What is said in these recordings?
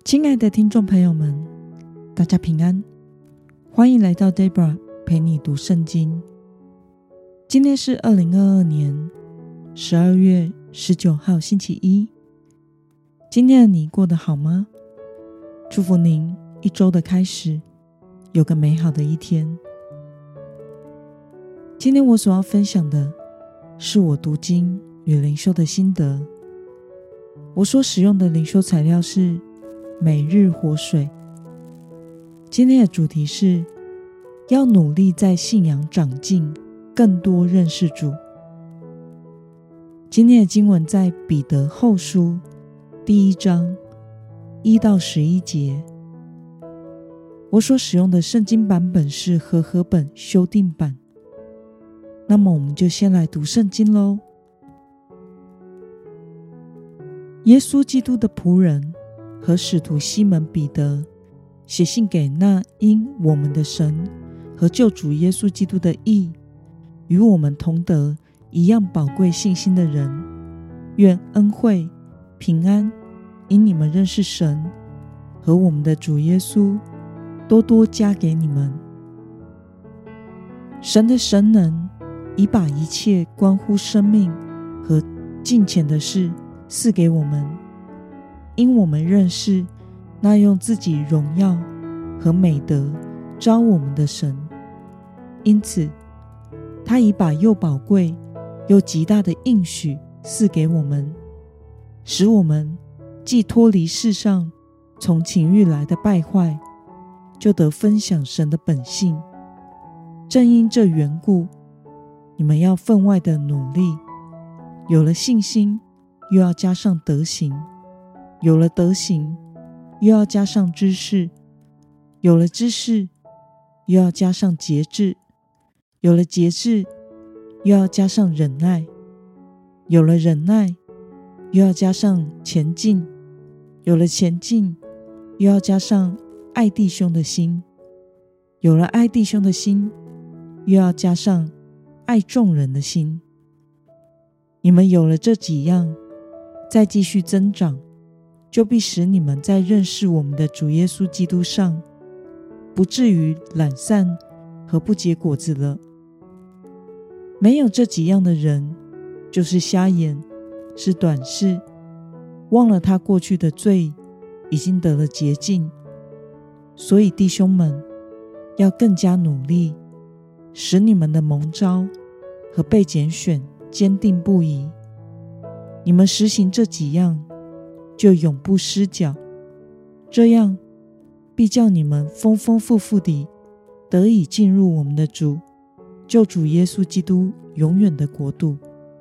亲爱的听众朋友们，大家平安，欢迎来到 Debra 陪你读圣经。今天是2022年12月19号星期一。今天的你过得好吗？祝福您一周的开始有个美好的一天。今天我所要分享的是我读经与灵修的心得。我所使用的灵修材料是每日活水。今天的主题是要努力在信仰长进，更多认识主。今天的经文在彼得后书第1章1到11节。我所使用的圣经版本是和合本修订版。那么我们就先来读圣经咯。耶稣基督的仆人和使徒西门彼得写信给那因我们的神和救主耶稣基督的义与我们同得一样宝贵信心的人，愿恩惠平安因你们认识神和我们的主耶稣多多加给你们。神的神能已把一切关乎生命和敬虔的事赐给我们，因我们认识那用自己荣耀和美德召我们的神，因此他已把又宝贵又极大的应许赐给我们，使我们既脱离世上从情欲来的败坏，就得分享神的本性。正因这缘故，你们要分外的努力，有了信心又要加上德行，有了德行又要加上知识，有了知识又要加上节制，有了节制又要加上忍耐，有了忍耐又要加上前进，有了前进又要加上爱弟兄的心，有了爱弟兄的心又要加上爱众人的心。你们有了这几样，再继续增长，就必使你们在认识我们的主耶稣基督上，不至于懒散和不结果子了。没有这几样的人，就是瞎眼，是短视，忘了他过去的罪已经得了洁净。所以弟兄们，要更加努力，使你们的蒙召和被拣选坚定不移。你们实行这几样，就永不失脚，这样必叫你们丰丰富富地得以进入我们的主救主耶稣基督永远的国度。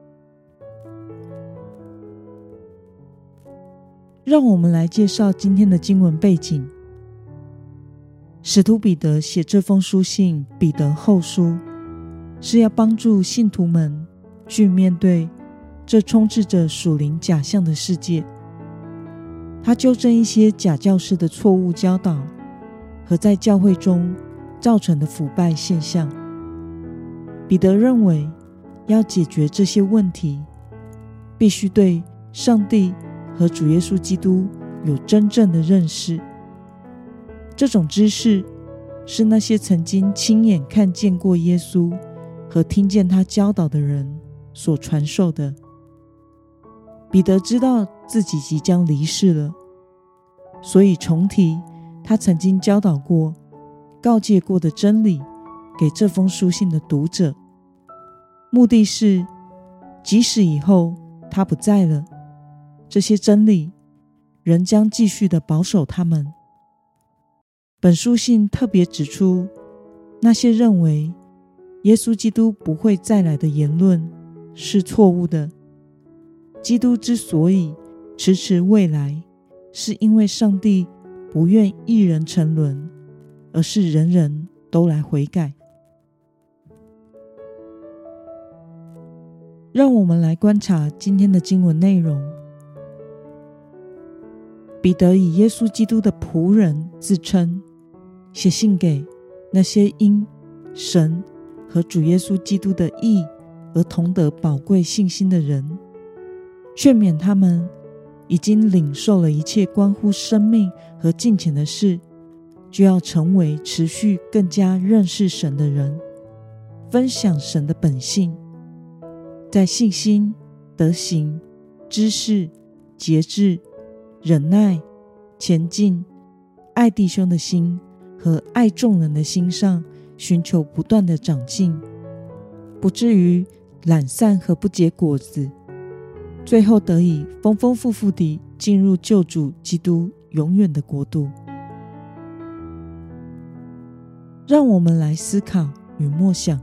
让我们来介绍今天的经文背景。使徒彼得写这封书信彼得后书，是要帮助信徒们去面对这充斥着属灵假象的世界。他纠正一些假教师的错误教导和在教会中造成的腐败现象。彼得认为，要解决这些问题，必须对上帝和主耶稣基督有真正的认识。这种知识是那些曾经亲眼看见过耶稣和听见他教导的人所传授的。彼得知道自己即将离世了，所以重提他曾经教导过、告诫过的真理给这封书信的读者，目的是即使以后他不在了，这些真理仍将继续的保守他们。本书信特别指出，那些认为耶稣基督不会再来的言论是错误的。基督之所以迟迟未来，是因为上帝不愿一人沉沦，而是人人都来悔改。让我们来观察今天的经文内容。彼得以耶稣基督的仆人自称，写信给那些因神和主耶稣基督的义而同得宝贵信心的人，劝勉他们已经领受了一切关乎生命和金钱的事，就要成为持续更加认识神的人，分享神的本性，在信心、德行、知识、节制、忍耐、前进、爱弟兄的心和爱众人的心上寻求不断的长进，不至于懒散和不结果子，最后得以丰丰富富地进入救主基督永远的国度。让我们来思考与默想，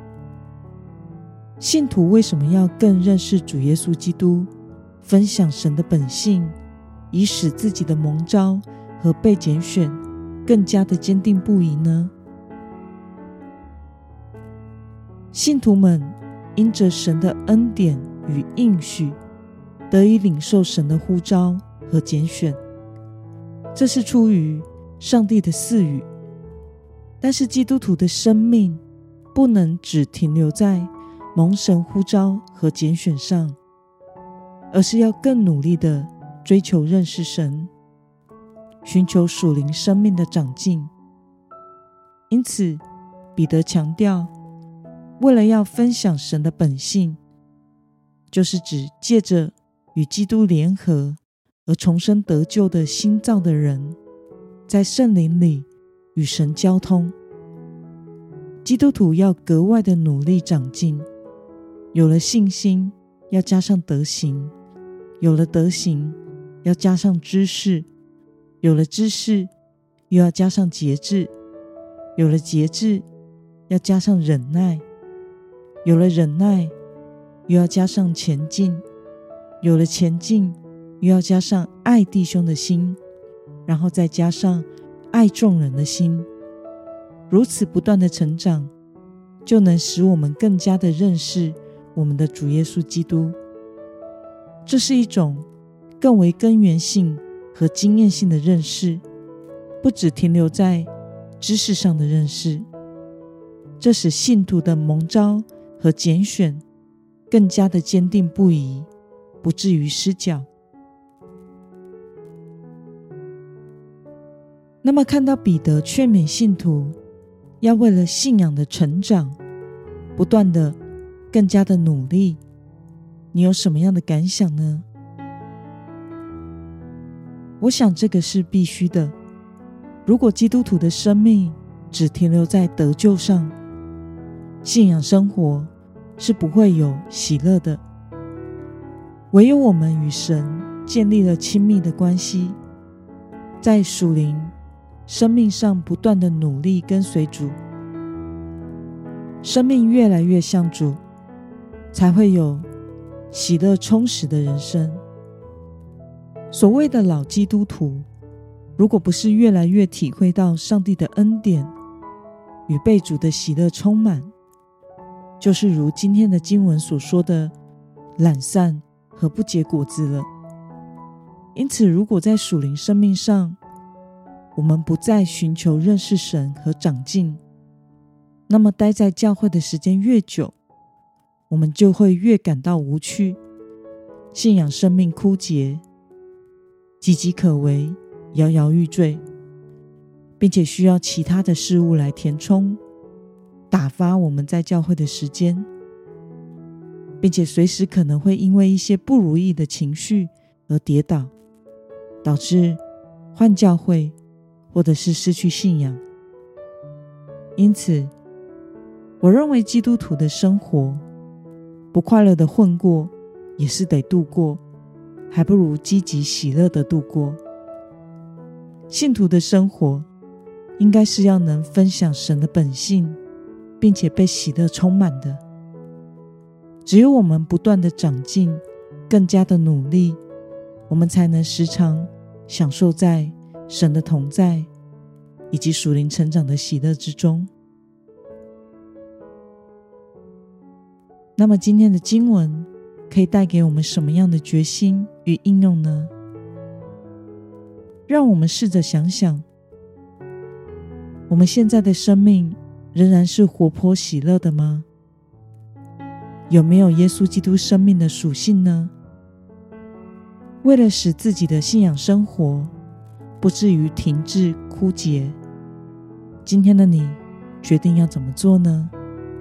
信徒为什么要更认识主耶稣基督，分享神的本性，以使自己的蒙召和被拣选更加的坚定不移呢？信徒们因着神的恩典与应许，得以领受神的呼召和拣选，这是出于上帝的赐予。但是基督徒的生命不能只停留在蒙神呼召和拣选上，而是要更努力地追求认识神，寻求属灵生命的长进。因此彼得强调，为了要分享神的本性，就是指借着与基督联合而重生得救的新造的人，在圣灵里与神交通。基督徒要格外的努力长进，有了信心要加上德行，有了德行要加上知识，有了知识又要加上节制，有了节制要加上忍耐，有了忍耐又要加上前进，有了前进又要加上爱弟兄的心，然后再加上爱众人的心。如此不断的成长，就能使我们更加的认识我们的主耶稣基督。这是一种更为根源性和经验性的认识，不只停留在知识上的认识。这使信徒的蒙召和拣选更加的坚定不移，不至于失脚。那么看到彼得劝勉信徒要为了信仰的成长不断的更加的努力，你有什么样的感想呢？我想这个是必须的。如果基督徒的生命只停留在得救上，信仰生活是不会有喜乐的。唯有我们与神建立了亲密的关系，在属灵生命上不断的努力跟随主，生命越来越像主，才会有喜乐充实的人生。所谓的老基督徒，如果不是越来越体会到上帝的恩典与被主的喜乐充满，就是如今天的经文所说的懒散和不结果子了。因此，如果在属灵生命上我们不再寻求认识神和长进，那么待在教会的时间越久，我们就会越感到无趣，信仰生命枯竭，岌岌可危，摇摇欲坠，并且需要其他的事物来填充打发我们在教会的时间，并且随时可能会因为一些不如意的情绪而跌倒，导致换教会或者是失去信仰。因此，我认为基督徒的生活不快乐的混过也是得度过，还不如积极喜乐的度过。信徒的生活应该是要能分享神的本性，并且被喜乐充满的。只有我们不断的长进，更加的努力，我们才能时常享受在神的同在以及属灵成长的喜乐之中。那么今天的经文可以带给我们什么样的决心与应用呢？让我们试着想想，我们现在的生命仍然是活泼喜乐的吗？有没有耶稣基督生命的属性呢？ 为了使自己的信仰生活不至于停滞枯竭，今天的你决定要怎么做呢？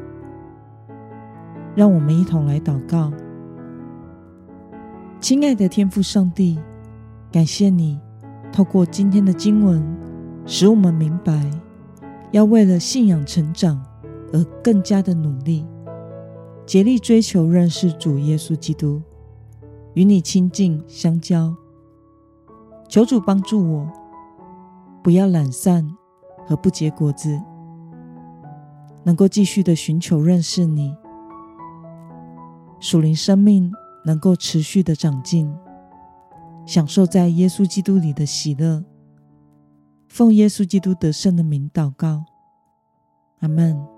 让我们一同来祷告。亲爱的天父上帝，感谢你透过今天的经文，使我们明白要为了信仰成长而更加的努力，竭力追求认识主耶稣基督，与你亲近相交。求主帮助我，不要懒散和不结果子，能够继续的寻求认识你，属灵生命能够持续的长进，享受在耶稣基督里的喜乐。奉耶稣基督得胜的名祷告，阿们。